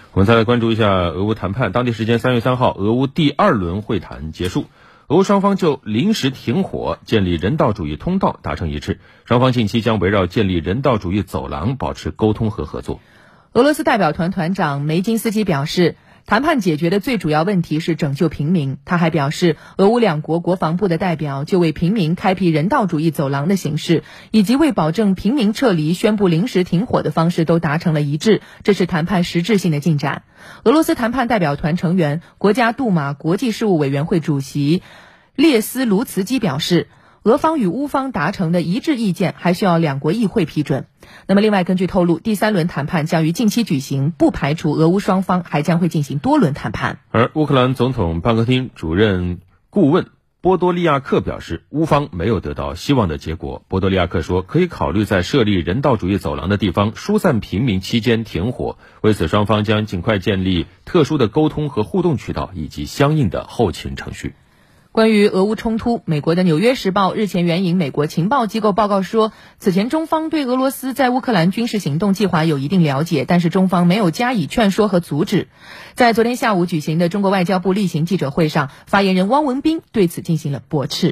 我们再来关注一下俄乌谈判。当地时间3月3号，俄乌第2轮会谈结束，俄乌双方就临时停火、建立人道主义通道达成一致，双方近期将围绕建立人道主义走廊保持沟通和合作。 俄罗斯代表团团长梅金斯基表示，谈判解决的最主要问题是拯救平民。他还表示，俄乌两国国防部的代表就为平民开辟人道主义走廊的形式，以及为保证平民撤离宣布临时停火的方式都达成了一致，这是谈判实质性的进展。俄罗斯谈判代表团成员、国家杜马国际事务委员会主席列斯卢茨基表示，俄方与乌方达成的一致意见还需要两国议会批准。那么另外，根据透露，第3轮谈判将于近期举行，不排除俄乌双方还将会进行多轮谈判。 而乌克兰总统办公厅主任顾问波多利亚克表示，乌方没有得到希望的结果。波多利亚克说，可以考虑在设立人道主义走廊的地方疏散平民期间停火，为此双方将尽快建立特殊的沟通和互动渠道以及相应的后勤程序。 关于俄乌冲突，美国的《纽约时报》日前援引美国情报机构报告说，此前中方对俄罗斯在乌克兰军事行动计划有一定了解，但是中方没有加以劝说和阻止。在昨天下午举行的中国外交部例行记者会上，发言人汪文斌对此进行了驳斥。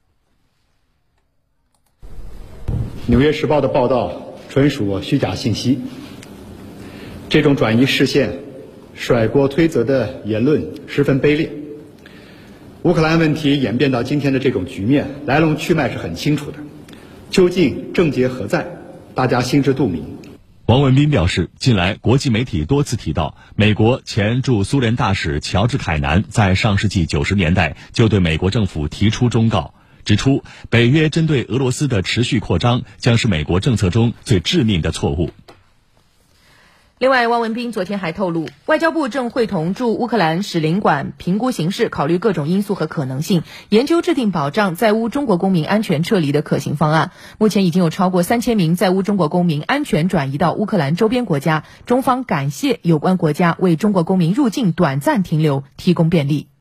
《纽约时报》的报道纯属虚假信息，这种转移视线、甩锅推责的言论十分卑劣。乌克兰问题演变到今天的这种局面，来龙去脉是很清楚的，究竟症结何在，大家心知肚明。 王文斌表示，近来国际媒体多次提到，美国前驻苏联大使乔治·凯南在上世纪90年代就对美国政府提出忠告，指出北约针对俄罗斯的持续扩张将是美国政策中最致命的错误。 另外，汪文斌昨天还透露，外交部正会同驻乌克兰使领馆评估形势，考虑各种因素和可能性，研究制定保障在乌中国公民安全撤离的可行方案。目前已经有超过3000名在乌中国公民安全转移到乌克兰周边国家，中方感谢有关国家为中国公民入境短暂停留提供便利。